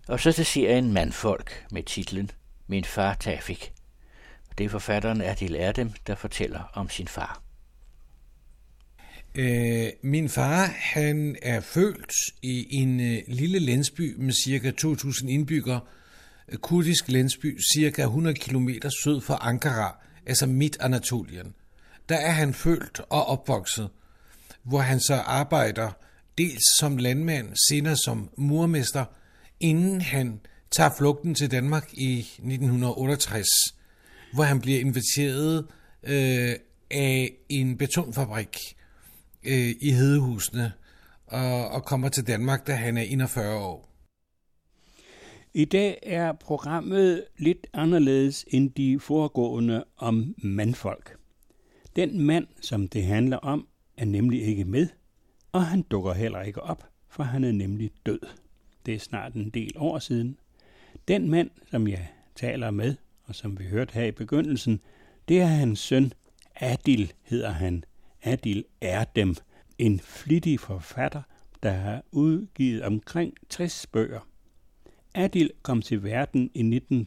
Og så til serien Mandfolk med titlen Min far Tafik. Det er forfatteren Adil Erdem, der fortæller om sin far. Min far, han er født i en lille landsby med ca. 2.000 indbyggere, kurdisk landsby, ca. 100 km syd for Ankara, altså midt Anatolien. Der er han født og opvokset, hvor han så arbejder dels som landmand, senere som murmester, inden han tager flugten til Danmark i 1968, hvor han bliver inviteret af en betonfabrik i Hedehusene og kommer til Danmark, da han er 41 år. I dag er programmet lidt anderledes end de foregående om mandfolk. Den mand, som det handler om, er nemlig ikke med, og han dukker heller ikke op, for han er nemlig død. Det er snart en del år siden. Den mand, som jeg taler med, og som vi hørte her i begyndelsen, det er hans søn. Adil hedder han. Adil Erdem, en flittig forfatter, der har udgivet omkring 60 bøger. Adil kom til verden i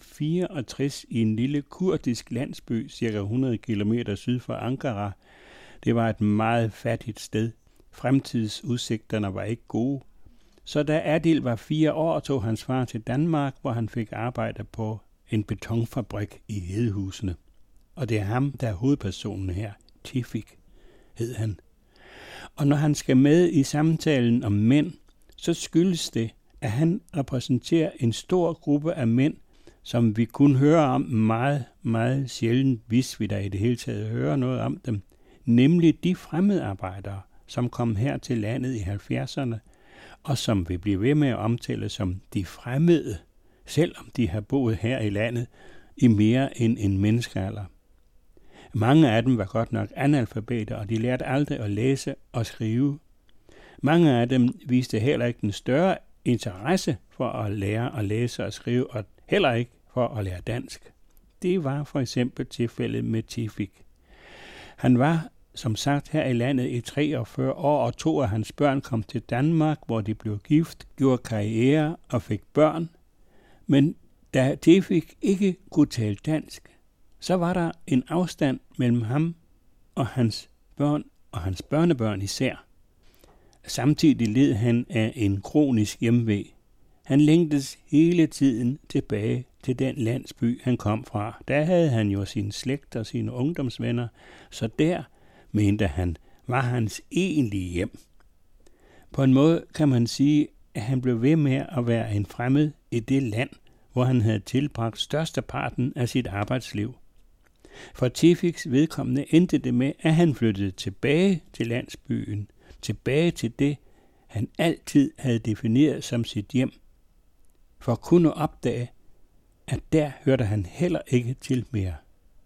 1964 i en lille kurdisk landsby, ca. 100 km syd for Ankara. Det var et meget fattigt sted. Fremtidsudsigterne var ikke gode. Så da Adil var 4 år, tog hans far til Danmark, hvor han fik arbejde på en betonfabrik i Hedehusene. Og det er ham, der er hovedpersonen her. Tafik hed han. Og når han skal med i samtalen om mænd, så skyldes det, at han repræsenterer en stor gruppe af mænd, som vi kun hører om meget, meget sjældent, hvis vi da i det hele taget hører noget om dem, nemlig de fremmedarbejdere, som kom her til landet i 70'erne, og som vil blive ved med at omtale som de fremmede, selvom de har boet her i landet i mere end en menneskealder. Mange af dem var godt nok analfabeter, og de lærte aldrig at læse og skrive. Mange af dem viste heller ikke en større interesse for at lære at læse og skrive, og heller ikke for at lære dansk. Det var for eksempel tilfældet med Tafik. Han var, som sagt, her i landet i 43 år, og 2 af hans børn kom til Danmark, hvor de blev gift, gjorde karriere og fik børn. Men da Tafik ikke kunne tale dansk, så var der en afstand mellem ham og hans børn og hans børnebørn især. Samtidig led han af en kronisk hjemve. Han længtes hele tiden tilbage til den landsby, han kom fra. Der havde han jo sin slægt og sine ungdomsvenner, så der, mente han, var hans egentlige hjem. På en måde kan man sige, at han blev ved med at være en fremmed i det land, hvor han havde tilbragt størsteparten af sit arbejdsliv. For Tafiks vedkommende endte det med, at han flyttede tilbage til landsbyen, tilbage til det, han altid havde defineret som sit hjem, for kun at opdage, at der hørte han heller ikke til mere.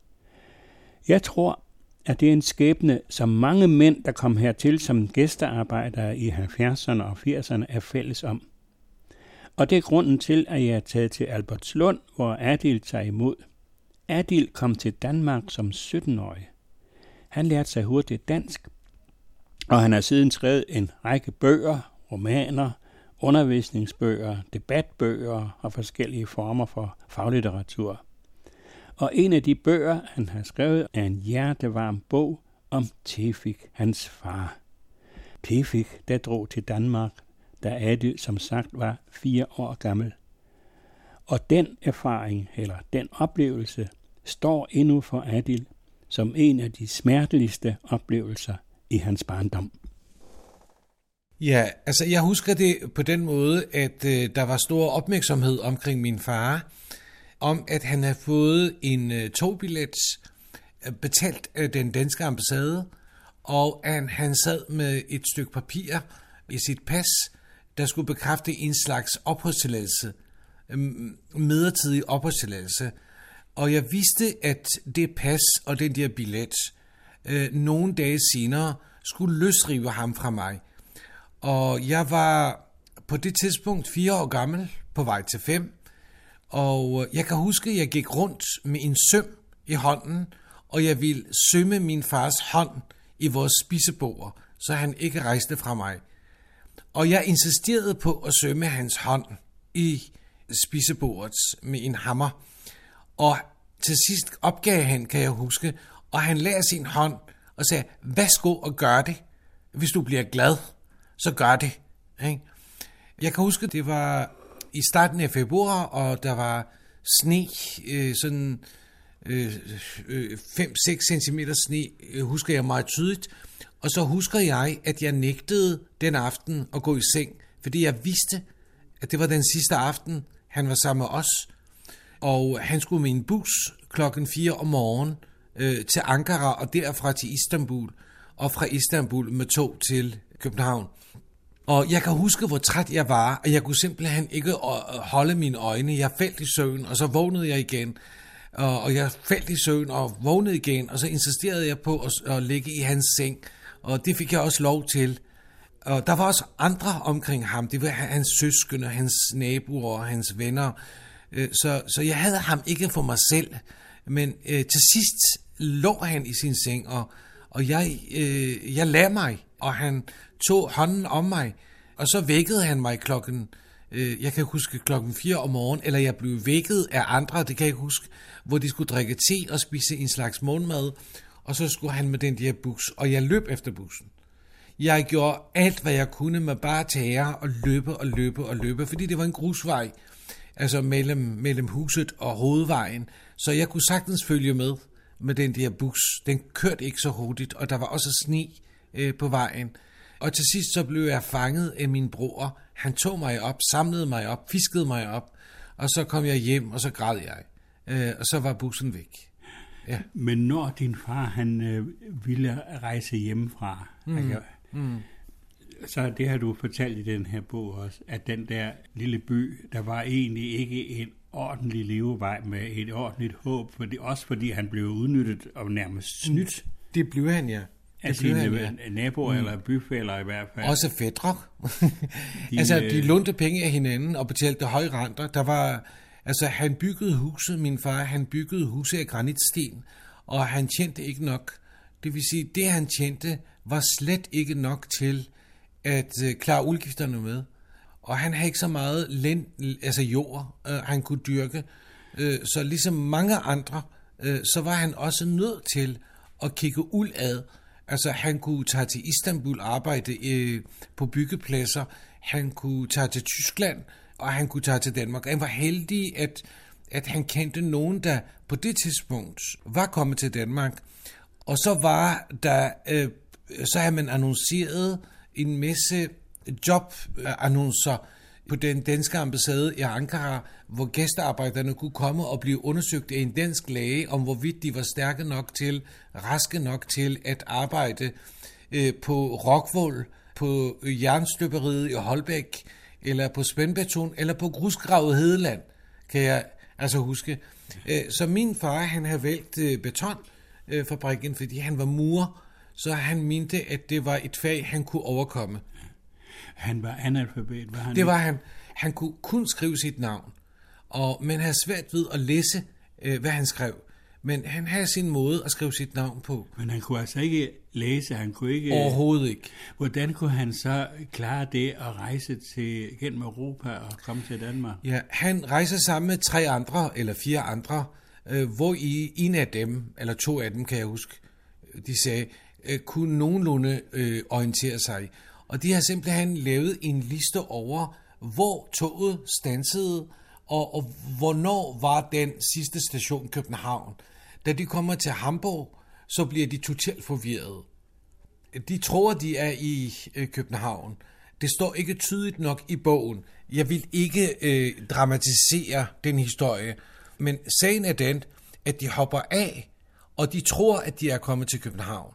Jeg tror, at det er en skæbne, som mange mænd, der kom hertil som gæstearbejdere i 70'erne og 80'erne, er fælles om. Og det er grunden til, at jeg er taget til Albertslund, hvor Adil tager imod. Adil kom til Danmark som 17-årig. Han lærte sig hurtigt dansk, og han har siden skrevet en række bøger, romaner, undervisningsbøger, debatbøger og forskellige former for faglitteratur. Og en af de bøger, han har skrevet, er en hjertevarm bog om Tafik, hans far. Tafik, der drog til Danmark, da Adil som sagt var 4 år gammel. Og den erfaring, eller den oplevelse, står endnu for Adil som en af de smerteligste oplevelser i hans barndom. Ja, altså jeg husker det på den måde, at der var stor opmærksomhed omkring min far, om at han havde fået en togbillet betalt af den danske ambassade, og at han sad med et stykke papir i sit pas, der skulle bekræfte en slags opholdstilladelse, midlertidig opholdstilladelse. Og jeg vidste, at det pas og den der billet nogle dage senere skulle løsrive ham fra mig. Og jeg var på det tidspunkt 4 år gammel, på vej til 5, og jeg kan huske, at jeg gik rundt med en søm i hånden, og jeg ville sømme min fars hånd i vores spisebord, så han ikke rejste fra mig. Og jeg insisterede på at sømme hans hånd i spisebordet med en hammer. Og til sidst opgav han, kan jeg huske, og han lagde sin hånd og sagde, værsgo og gør det. Hvis du bliver glad, så gør det. Ikke? Jeg kan huske, det var i starten af februar, og der var sne, sådan 5-6 centimeter sne, husker jeg meget tydeligt. Og så husker jeg, at jeg nægtede den aften at gå i seng, fordi jeg vidste, at det var den sidste aften, han var sammen med os. Og han skulle med en bus 4:00 om morgenen til Ankara og derfra til Istanbul, og fra Istanbul med tog til København. Og jeg kan huske, hvor træt jeg var, og jeg kunne simpelthen ikke holde mine øjne. Jeg faldt i søvn, og så vågnede jeg igen. Og jeg faldt i søvn og vågnede igen, og så insisterede jeg på at ligge i hans seng. Og det fik jeg også lov til. Og der var også andre omkring ham. Det var hans søskende, hans naboer og hans venner. Så jeg havde ham ikke for mig selv. Men til sidst lå han i sin seng, og jeg lagde mig, og han tog hånden om mig. Og så vækkede han mig jeg kan huske 4:00 om morgenen, eller jeg blev vækket af andre, det kan jeg huske, hvor de skulle drikke te og spise en slags morgenmad, og så skulle han med den der bus, og jeg løb efter bussen. Jeg gjorde alt, hvad jeg kunne med bare tære og løbe, fordi det var en grusvej, altså mellem huset og hovedvejen, så jeg kunne sagtens følge med den der bus. Den kørte ikke så hurtigt, og der var også sne på vejen. Og til sidst så blev jeg fanget af min bror. Han tog mig op, samlede mig op, fiskede mig op, og så kom jeg hjem, og så græd jeg. Og så var bussen væk. Ja. Men når din far, han ville rejse hjemmefra, så det har du fortalt i den her bog også, at den der lille by, der var egentlig ikke en ordentlig levevej med et ordentligt håb, fordi han blev udnyttet og nærmest snydt. Det blev han, ja. Af sine naboer eller byfæller i hvert fald. Også fætre. De lånte penge af hinanden og betalte høje renter. Han byggede huset, min far, han byggede huset af granitsten, og han tjente ikke nok. Det vil sige, det han tjente var slet ikke nok til at klare udgifterne med. Og han havde ikke så meget jord, han kunne dyrke. Så ligesom mange andre, så var han også nødt til at kigge ud ad. Altså, han kunne tage til Istanbul og arbejde på byggepladser. Han kunne tage til Tyskland, og han kunne tage til Danmark. Han var heldig, at han kendte nogen, der på det tidspunkt var kommet til Danmark. Og så havde man annonceret en masse jobannoncer på den danske ambassade i Ankara, hvor gæstearbejderne kunne komme og blive undersøgt af en dansk læge, om hvorvidt de var raske nok til at arbejde på Rockwool, på jernstøberiet i Holbæk, eller på spændbeton, eller på grusgravet Hedeland, kan jeg altså huske. Så min far, han havde valgt betonfabrikken, fordi han var murer, så han mente, at det var et fag, han kunne overkomme. Han var analfabet, var han? Det var han. Han kunne kun skrive sit navn, men havde svært ved at læse, hvad han skrev. Men han havde sin måde at skrive sit navn på. Men han kunne altså ikke læse, han kunne ikke... Overhovedet ikke. Hvordan kunne han så klare det at rejse gennem Europa og komme til Danmark? Ja, han rejste sammen med 3 andre, eller 4 andre, hvor en af dem, eller 2 af dem, kan jeg huske, de sagde, kunne nogenlunde orientere sig. Og de har simpelthen lavet en liste over, hvor toget standsede, og hvornår var den sidste station København. Da de kommer til Hamburg, så bliver de totalt forvirrede. De tror, de er i København. Det står ikke tydeligt nok i bogen. Jeg vil ikke dramatisere den historie, men sagen er den, at de hopper af, og de tror, at de er kommet til København.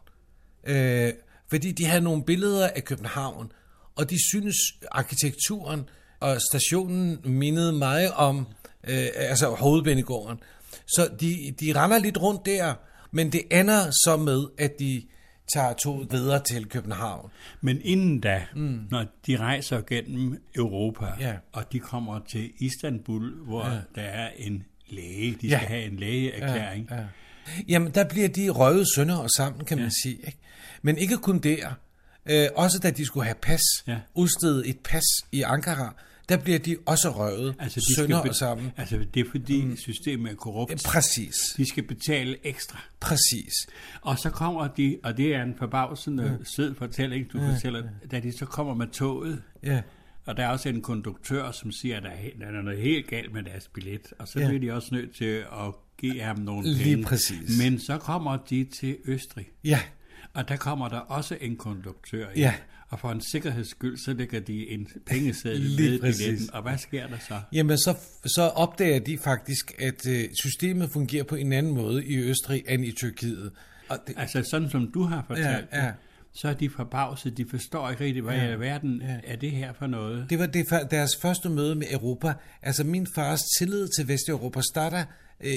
Fordi de havde nogle billeder af København, og de synes, arkitekturen og stationen mindede meget om Hovedbanegården. Så de render lidt rundt der, men det ender så med, at de tager toget videre til København. Men inden da, når de rejser gennem Europa, og de kommer til Istanbul, hvor der er en læge, de skal have en lægeerklæring. Ja. Jamen, der bliver de røvet sønder og sammen, kan man sige. Ikke? Men ikke kun der. Også da de skulle have pas, udstedet et pas i Ankara, der bliver de også røvet, Altså, sønder og sammen. Altså, det er fordi systemet er korrupt. Præcis. De skal betale ekstra. Præcis. Og så kommer de, og det er en forbavsende sød fortælling, du fortæller, da de så kommer med toget, Ja. og der er også en konduktør, som siger, at der er noget helt galt med deres billet, og så bliver de også nødt til at give ham nogle penge. Lige præcis. Men så kommer de til Østrig, Ja. og der kommer der også en konduktør ind, Ja. og for en sikkerheds skyld, så lægger de en pengeseddel Lige med præcis. billetten, og hvad sker der så? Jamen, så opdager de faktisk, at systemet fungerer på en anden måde i Østrig end i Tyrkiet. Og det, Altså sådan som du har fortalt Ja, ja. det, så er de forbavset, de forstår ikke rigtig, hvad i verden er det her for noget. det var deres første møde med Europa. Altså, min fars tillid til Vesteuropa starter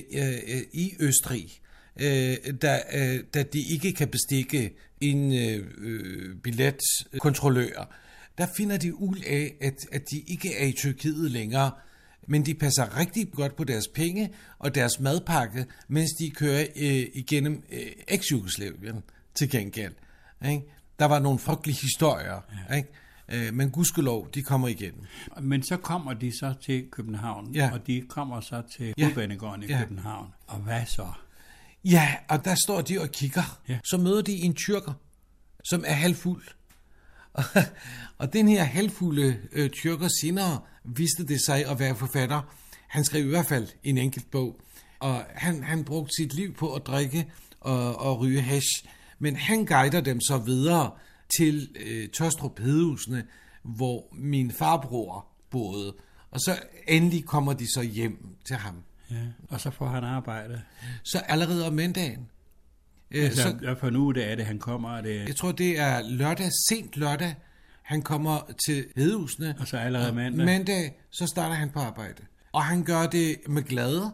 i Østrig, da de ikke kan bestikke en billetkontrollør. Der finder de ud af, at de ikke er i Tyrkiet længere, men de passer rigtig godt på deres penge og deres madpakke, mens de kører igennem eks-Jugoslavien til gengæld. Ikke? Der var nogle frygtelige historier, ikke? Men gudskelov, de kommer igennem. Men så kommer de så til København, Ja. og de kommer så til Ja. hovedbanegården i Ja. København. Og hvad så? Ja, og der står de og kigger. Ja. Så møder de en tyrker, som er halvfuld. Og den her halvfulde tyrker senere viste det sig at være forfatter. Han skrev i hvert fald en enkelt bog, og han brugte sit liv på at drikke og ryge hash. Men han guider dem så videre til Taastrup Hedehusene, hvor min farbror boede. Og så endelig kommer de så hjem til ham. Ja. Og så får han arbejde. Så allerede om mandagen. Altså, hvad for en uge er det, han kommer? Er det... Jeg tror, det er lørdag, sent lørdag, han kommer til Hedehusene. Og så allerede mandag? Mandag, så starter han på arbejde. Og han gør det med glæde.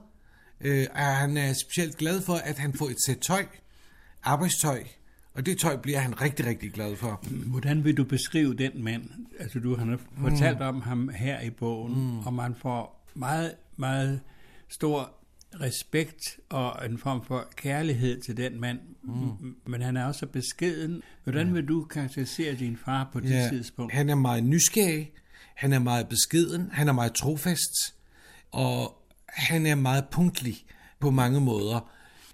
Han er specielt glad for, at han får et sæt tøj, arbejdstøj. Og det tøj bliver han rigtig, rigtig glad for. Hvordan vil du beskrive den mand? Altså, du har fortalt om ham her i bogen, og man får meget, meget stor respekt og en form for kærlighed til den mand, men han er også beskeden. Hvordan vil du karakterisere din far på det tidspunkt? Han er meget nysgerrig, han er meget beskeden, han er meget trofast, og han er meget punktlig på mange måder.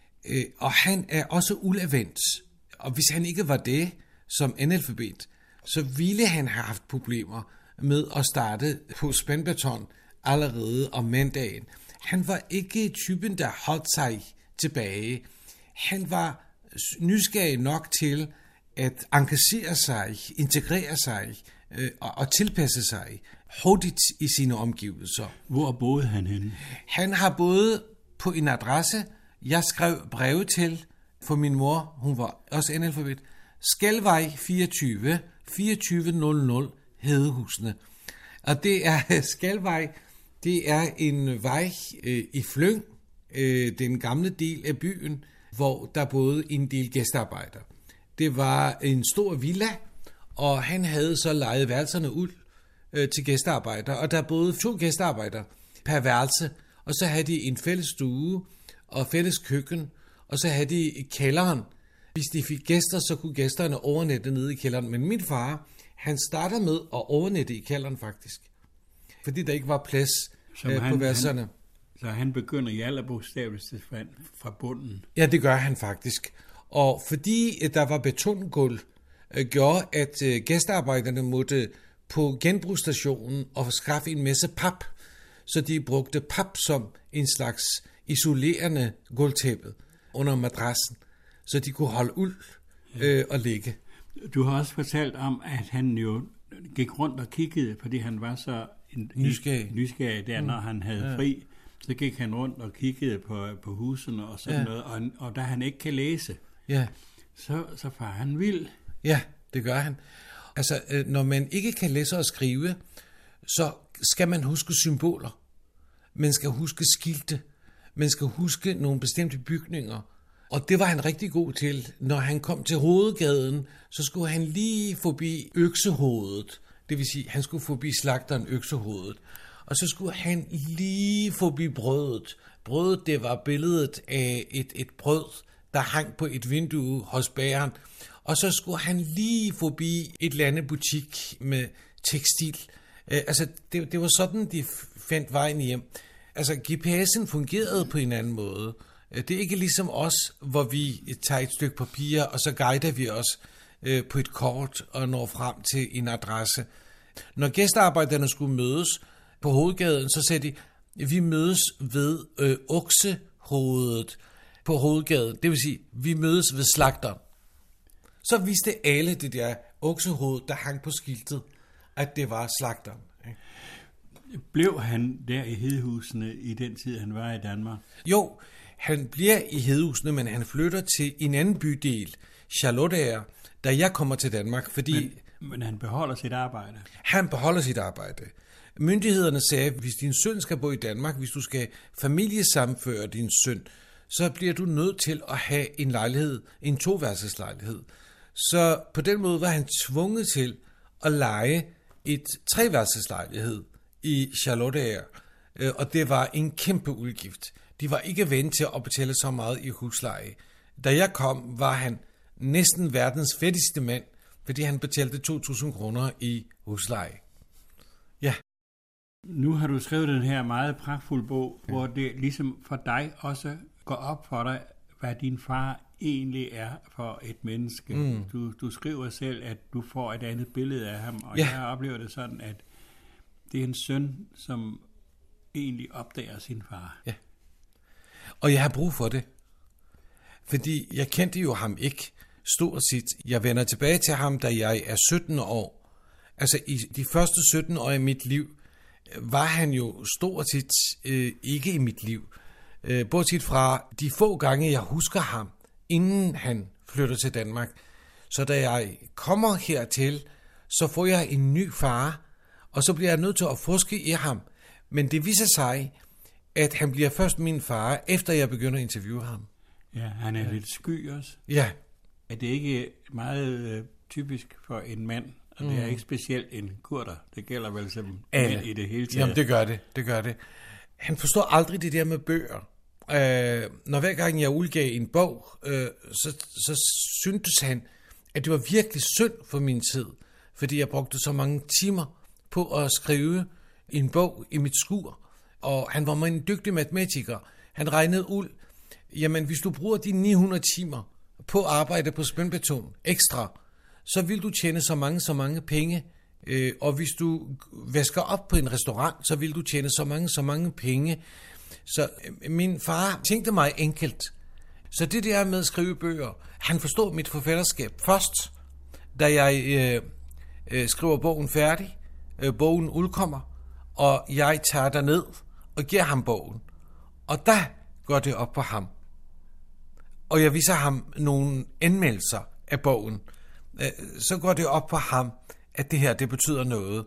Og han er også uladvendt. Og hvis han ikke var det som analfabet, så ville han have haft problemer med at starte på spændbeton allerede om mandagen. Han var ikke typen, der holdt sig tilbage. Han var nysgerrig nok til at engagere sig, integrere sig og tilpasse sig hurtigt i sine omgivelser. Hvor boede han henne? Han har boet på en adresse, jeg skrev breve til for min mor, hun var også analfabet, Skelvej 24, 2400 Hedehusene. Og det er Skelvej, det er en vej i Flyng, den gamle del af byen, hvor der boede en del gæstearbejdere. Det var en stor villa, og han havde så lejet værelserne ud til gæstearbejdere, og der boede 2 gæstearbejdere per værelse, og så havde de en fælles stue og fælles køkken, og så havde de kælderen. Hvis de fik gæster, så kunne gæsterne overnatte nede i kælderen. Men min far, han starter med at overnatte i kælderen faktisk, fordi der ikke var plads på værelserne. Så han begynder i allerbogstaveligste fra bunden? Ja, det gør han faktisk. Og fordi der var betongulv, gjorde, at gæstearbejderne måtte på genbrugsstationen og skaffe en masse pap, så de brugte pap som en slags isolerende gulvtæppe under madrassen, så de kunne holde ud og ligge. Du har også fortalt om, at han jo gik rundt og kiggede, fordi han var så nysgerrig der, når han havde fri. Så gik han rundt og kiggede på husene og sådan noget, og da han ikke kan læse, så var han vild. Ja, det gør han. Altså, når man ikke kan læse og skrive, så skal man huske symboler. Man skal huske skilte. Man skal huske nogle bestemte bygninger. Og det var han rigtig god til. Når han kom til hovedgaden, så skulle han lige forbi Øksehovedet. Det vil sige, han skulle forbi slagteren Øksehovedet. Og så skulle han lige forbi brødet. Brødet, det var billedet af et brød, der hang på et vindue hos bageren. Og så skulle han lige forbi et eller andet butik med tekstil, Det var sådan, de fandt vejen hjem. Altså, GPS'en fungerede på en anden måde. Det er ikke ligesom os, hvor vi tager et stykke papir, og så guider vi os på et kort og når frem til en adresse. Når gæstearbejderne skulle mødes på hovedgaden, så sagde de, vi mødes ved oksehovedet på hovedgaden. Det vil sige, vi mødes ved slagteren. Så vidste alle det der oksehoved, der hang på skiltet, at det var slagteren. Blev han der i Hedehusene i den tid, han var i Danmark? Jo, han bliver i Hedehusene, men han flytter til en anden bydel, Charlotteager, da jeg kommer til Danmark, fordi... Men han beholder sit arbejde? Han beholder sit arbejde. Myndighederne sagde, hvis din søn skal bo i Danmark, hvis du skal familiesammenføre din søn, så bliver du nødt til at have en lejlighed, en toværelseslejlighed. Så på den måde var han tvunget til at leje et treværelseslejlighed i Charlotteager, og det var en kæmpe udgift. De var ikke vant til at betale så meget i husleje. Da jeg kom, var han næsten verdens fattigste mand, fordi han betalte 2.000 kroner i husleje. Ja. Nu har du skrevet den her meget pragtfulde bog, hvor det ligesom for dig også går op for dig, hvad din far egentlig er for et menneske. Du skriver selv, at du får et andet billede af ham, og jeg oplever det sådan, at det er en søn, som egentlig opdager sin far. Ja. Og jeg har brug for det. Fordi jeg kendte jo ham ikke stort set. Jeg vender tilbage til ham, da jeg er 17 år. Altså i de første 17 år i mit liv, var han jo stort set ikke i mit liv. Bortset fra de få gange, jeg husker ham, inden han flytter til Danmark. Så da jeg kommer hertil, så får jeg en ny far, og så bliver jeg nødt til at forske i ham. Men det viser sig, at han bliver først min far, efter jeg begynder at interviewe ham. Ja, han er lidt sky også. Ja. Er det ikke meget typisk for en mand, og det er ikke specielt en kurder? Det gælder vel som mænd i det hele taget. Jamen, det gør det. Han forstår aldrig det der med bøger. Når hver gang jeg udgav en bog, så syntes han, at det var virkelig synd for min tid, fordi jeg brugte så mange timer på at skrive en bog i mit skur. Og han var en dygtig matematiker. Han regnede ud, jamen hvis du bruger de 900 timer på at arbejde på spændbeton ekstra, så vil du tjene så mange penge. Og hvis du vasker op på en restaurant, så vil du tjene så mange penge. Så min far tænkte mig enkelt. Så det der med at skrive bøger, han forstod mit forfatterskab først, da jeg skriver bogen færdig. Bogen udkommer, og jeg tager derned og giver ham bogen. Og der går det op på ham. Og jeg viser ham nogle anmeldelser af bogen. Så går det op på ham, at det her, det betyder noget.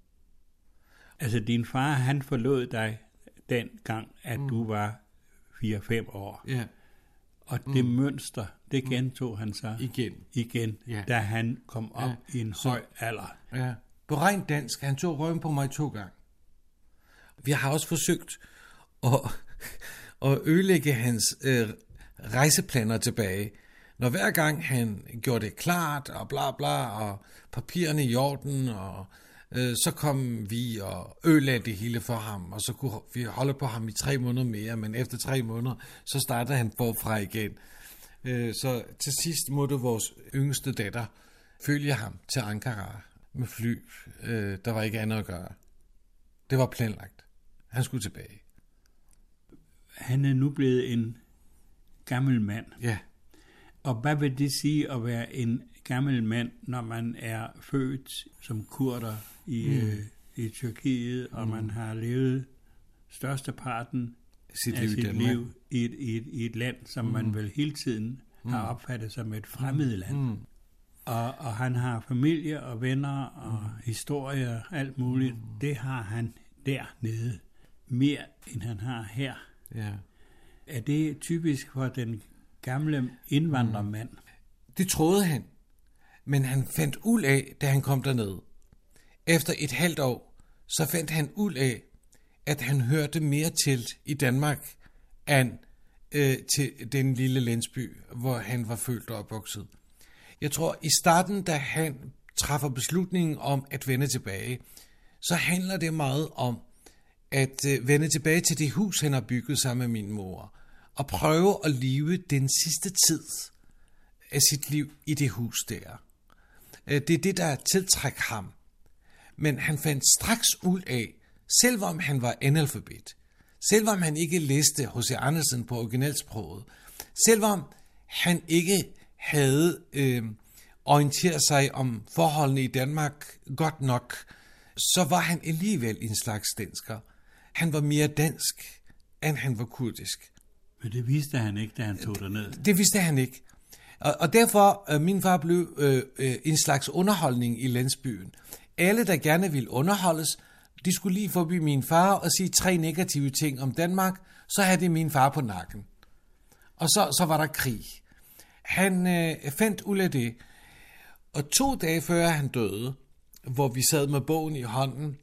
Altså din far, han forlod dig den gang, at du var 4-5 år. Ja. Og det mønster, det gentog han så igen ja. Da han kom op i en høj alder. Ja. På rent dansk, han tog røven på mig 2 gange. Vi har også forsøgt at ødelægge hans rejseplaner tilbage. Når hver gang han gjorde det klart, og bla bla, og papirerne i orden, og så kom vi og ødelagde det hele for ham, og så kunne vi holde på ham i 3 måneder mere, men efter 3 måneder, så startede han forfra igen. Så til sidst måtte vores yngste datter følge ham til Ankara med fly. Der var ikke andet at gøre. Det var planlagt. Han skulle tilbage. Han er nu blevet en gammel mand. Ja. Og hvad vil det sige at være en gammel mand, når man er født som kurder i Tyrkiet, og man har levet størsteparten af sit liv i et land, som man vel hele tiden har opfattet som et fremmed land. Og han har familie og venner og historie og alt muligt. Det har han dernede mere, end han har her. Ja. Er det typisk for den gamle indvandrermand? Det troede han, men han fandt ud af, da han kom derned. Efter et halvt år, så fandt han ud af, at han hørte mere til i Danmark, end til den lille landsby, hvor han var født og opvokset. Jeg tror, i starten, da han træffer beslutningen om at vende tilbage, så handler det meget om at vende tilbage til det hus, han har bygget sammen med min mor, og prøve at leve den sidste tid af sit liv i det hus der. Det er det, der tiltrækker ham. Men han fandt straks ud af, selvom han var analfabet, selvom han ikke læste H.C. Andersen på originalsproget, selvom han ikke havde orienteret sig om forholdene i Danmark godt nok, så var han alligevel en slags dansker. Han var mere dansk, end han var kurdisk. Men det vidste han ikke, da han tog derned. Det vidste han ikke. Og derfor, min far blev en slags underholdning i landsbyen. Alle, der gerne ville underholdes, de skulle lige forbi min far og sige 3 negative ting om Danmark, så havde det min far på nakken. Og så var der krig. Han fandt ud af det, og 2 dage før han døde, hvor vi sad med bogen i hånden,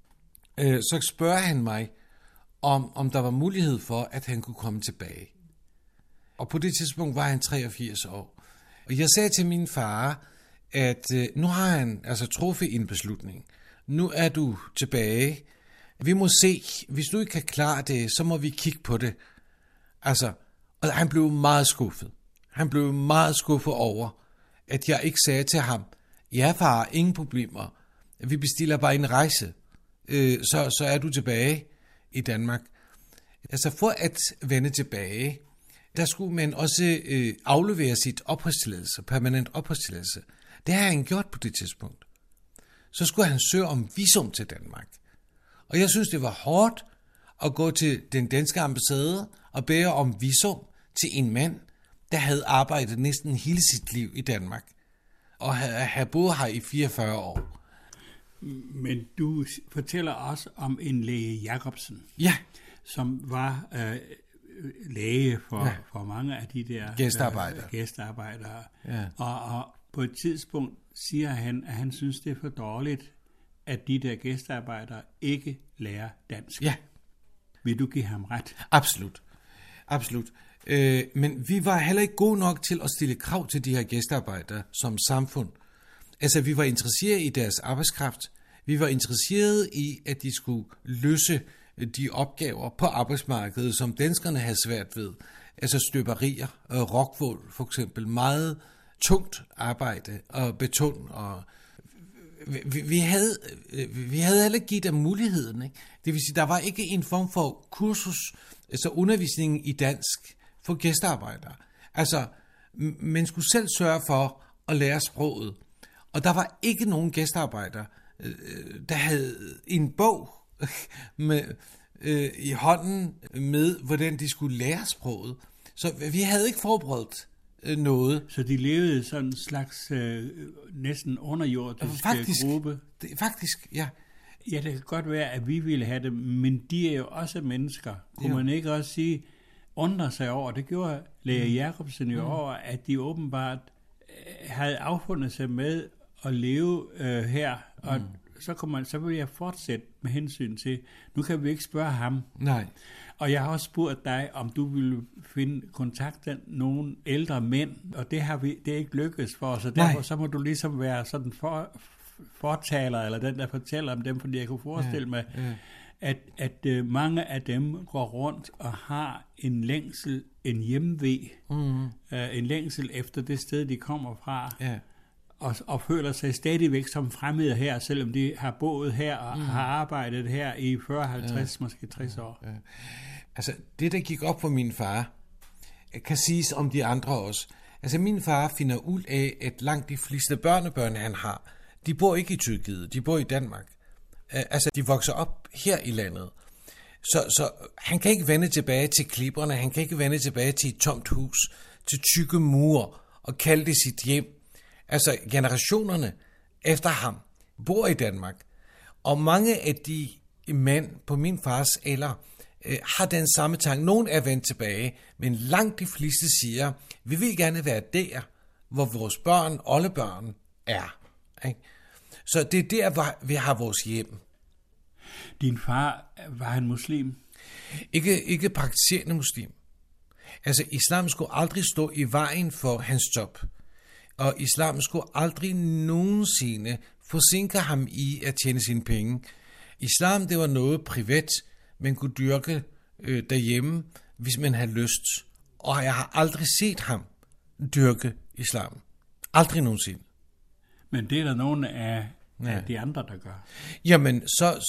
så spørger han mig, om der var mulighed for, at han kunne komme tilbage. Og på det tidspunkt var han 83 år. Og jeg sagde til min far, at nu har han altså truffet en beslutning. Nu er du tilbage. Vi må se, hvis du ikke kan klare det, så må vi kigge på det. Altså, og han blev meget skuffet. Han blev meget skuffet over, at jeg ikke sagde til ham, ja far, ingen problemer. Vi bestiller bare en rejse. Så er du tilbage i Danmark. Altså for at vende tilbage, der skulle man også aflevere sit opholdstilladelse, permanent opholdstilladelse. Det har han gjort på det tidspunkt. Så skulle han søge om visum til Danmark. Og jeg synes, det var hårdt at gå til den danske ambassade og bede om visum til en mand, der havde arbejdet næsten hele sit liv i Danmark. Og havde boet her i 44 år. Men du fortæller også om en læge Jacobsen. Ja. Som var læge for mange af de der gæstearbejdere. Ja. Og på et tidspunkt siger han, at han synes, det er for dårligt, at de der gæstearbejdere ikke lærer dansk. Ja. Vil du give ham ret? Absolut. Absolut. Men vi var heller ikke gode nok til at stille krav til de her gæstearbejdere som samfund. Altså, vi var interesseret i deres arbejdskraft. Vi var interesseret i, at de skulle løse de opgaver på arbejdsmarkedet, som danskerne havde svært ved. Altså støberier, rockwool for eksempel, meget tungt arbejde og beton. Og vi havde heller ikke givet dem muligheden. Ikke? Det vil sige, der var ikke en form for kursus, altså undervisning i dansk for gæstearbejdere. Altså, man skulle selv sørge for at lære sproget. Og der var ikke nogen gæstearbejdere, der havde en bog med, i hånden med, hvordan de skulle lære sproget. Så vi havde ikke forberedt noget. Så de levede sådan en slags næsten underjordisk gruppe? Faktisk, ja. Ja, det kan godt være, at vi ville have det, men de er jo også mennesker. Kunne man ikke også sige, undre sig over, det gjorde læge Jacobsen jo over, at de åbenbart havde affundet sig med at leve her, og så vil jeg fortsætte med hensyn til, nu kan vi ikke spørge ham. Nej. Og jeg har også spurgt dig, om du ville finde kontakt med nogle ældre mænd, og det er ikke lykkedes for os, og derfor så må du ligesom være sådan fortaler, eller den, der fortæller om dem, fordi jeg kunne forestille mig, at mange af dem går rundt og har en længsel, en hjemve, en længsel efter det sted, de kommer fra, og føler sig stadigvæk som fremmede her, selvom de har boet her og har arbejdet her i 40, 50, måske 60 år. Ja. Altså, det der gik op for min far, kan siges om de andre også. Altså, min far finder ud af, at langt de fleste børnebørn, han har, de bor ikke i Tyrkiet, de bor i Danmark. Altså, de vokser op her i landet. Så han kan ikke vende tilbage til klipperne, han kan ikke vende tilbage til et tomt hus, til tykke mure og kalde det sit hjem. Altså, generationerne efter ham bor i Danmark. Og mange af de mænd på min fars alder har den samme tanke. Nogen er vendt tilbage, men langt de fleste siger, vi vil gerne være der, hvor vores børn, oldebørn er. Ikke? Så det er der, hvor vi har vores hjem. Din far, var han muslim? Ikke praktiserende muslim. Altså, islam skulle aldrig stå i vejen for hans job. Og islam skulle aldrig nogensinde forsinke ham i at tjene sine penge. Islam, det var noget privat, man kunne dyrke derhjemme, hvis man havde lyst. Og jeg har aldrig set ham dyrke islam. Aldrig nogensinde. Men det er der nogle af de andre, der gør. Jamen,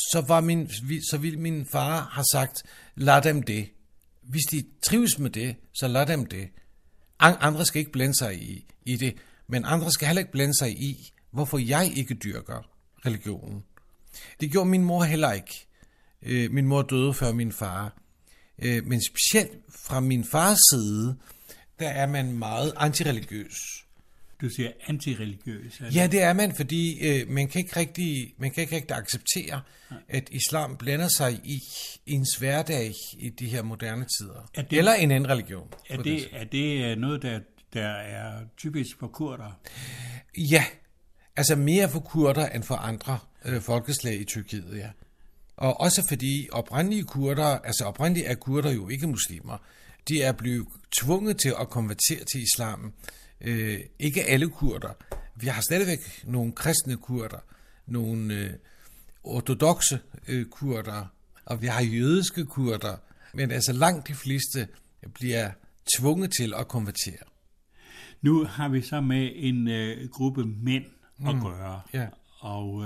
så ville min far have sagt, lad dem det. Hvis de trives med det, så lad dem det. Andre skal ikke blande sig i det, men andre skal heller ikke blande sig i, hvorfor jeg ikke dyrker religionen. Det gjorde min mor heller ikke. Min mor døde før min far. Men specielt fra min fars side, der er man meget antireligiøs. Du siger antireligiøs? Ja, det er man, fordi man kan ikke rigtig acceptere, at islam blander sig i ens hverdag i de her moderne tider. Eller en anden religion. Er det noget, der er typisk for kurder? Ja, altså mere for kurder end for andre folkeslag i Tyrkiet, ja. Og også fordi oprindeligt er kurder jo ikke muslimer. De er blevet tvunget til at konvertere til islam. Ikke alle kurder. Vi har stadigvæk nogle kristne kurder, nogle ortodokse kurder, og vi har jødiske kurder. Men altså langt de fleste bliver tvunget til at konvertere. Nu har vi så med en gruppe mænd at gøre. Ja. Og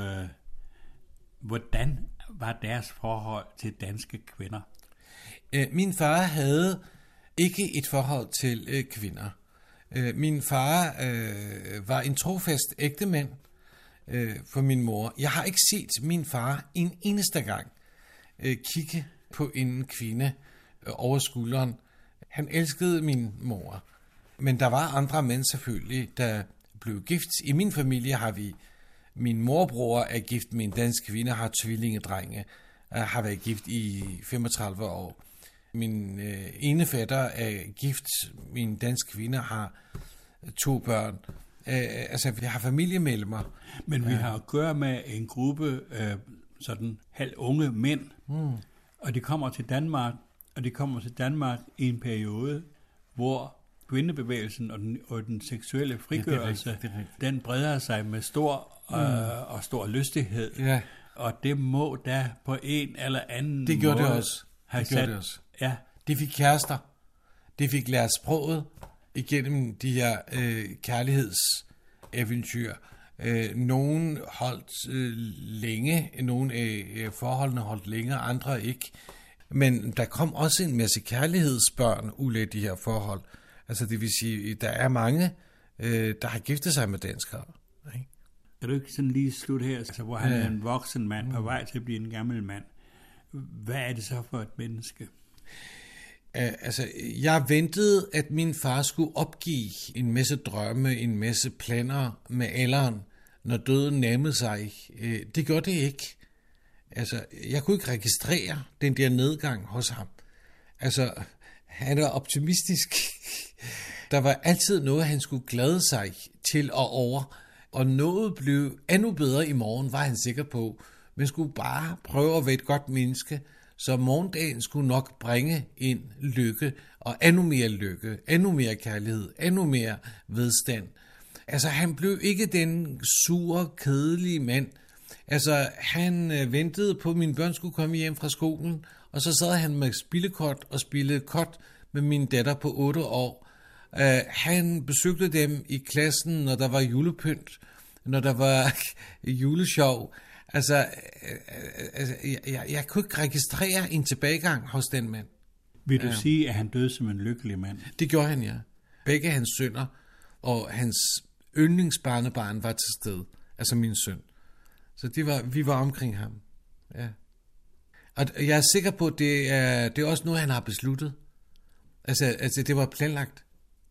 hvordan var deres forhold til danske kvinder? Min far havde ikke et forhold til kvinder. Min far var en trofast ægtemand for min mor. Jeg har ikke set min far en eneste gang kigge på en kvinde over skulderen. Han elskede min mor. Men der var andre mænd selvfølgelig, der blev gift. I min familie har vi, min morbror er gift med en dansk kvinde, har tvillingedrenge, har været gift i 35 år. Min ene fætter er gift, min dansk kvinde har 2 børn. Altså, vi har familiemedlemmer. Men vi har at gøre med en gruppe sådan halv unge mænd, og de kommer til Danmark, i en periode, hvor kvindebevægelsen og den seksuelle frigørelse, den breder sig med stor lystighed. Ja. Og det må da på en eller anden det gjorde måde det også. have det gjorde det også. Ja. De fik kærester. De fik lært sproget igennem de her kærlighedseventyr. Nogen holdt længe, nogle af forholdene holdt længere, andre ikke. Men der kom også en masse kærlighedsbørn ud af de her forhold. Altså det vil sige, der er mange, der har giftet sig med danskere. Ikke? Kan du ikke sådan lige slutte her, altså, hvor han er en voksen mand på vej til at blive en gammel mand? Hvad er det så for et menneske? Altså, jeg ventede, at min far skulle opgive en masse drømme, en masse planer med alderen, når døden nærmede sig. Det gjorde det ikke. Altså, jeg kunne ikke registrere den der nedgang hos ham. Altså, han var optimistisk. Der var altid noget, han skulle glæde sig til og over. Og noget blev endnu bedre i morgen, var han sikker på. Man skulle bare prøve at være et godt menneske, så morgendagen skulle nok bringe en lykke, og endnu mere kærlighed, endnu mere vedstand. Altså, han blev ikke den sure, kedelige mand. Altså, han ventede på, at mine børn skulle komme hjem fra skolen, og så sad han med spillekort og spillede kort med min datter på 8 år. Han besøgte dem i klassen, når der var julepynt, når der var juleshow. Altså, jeg kunne ikke registrere en tilbagegang hos den mand. Vil du sige, at han døde som en lykkelig mand? Det gjorde han, ja. Begge hans sønner og hans yndlingsbarnebarn var til stede. Altså min søn. Så vi var omkring ham. Ja. Og jeg er sikker på, at det er også noget, han har besluttet. Altså, det var planlagt.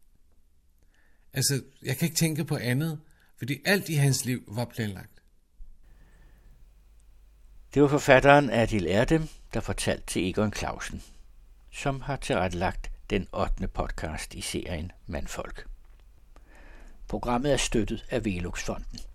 Altså, jeg kan ikke tænke på andet, fordi alt i hans liv var planlagt. Det var forfatteren Adil Erdem, der fortalte til Egon Clausen, som har tilrettelagt den 8. podcast i serien Mandfolk. Programmet er støttet af Velux Fonden.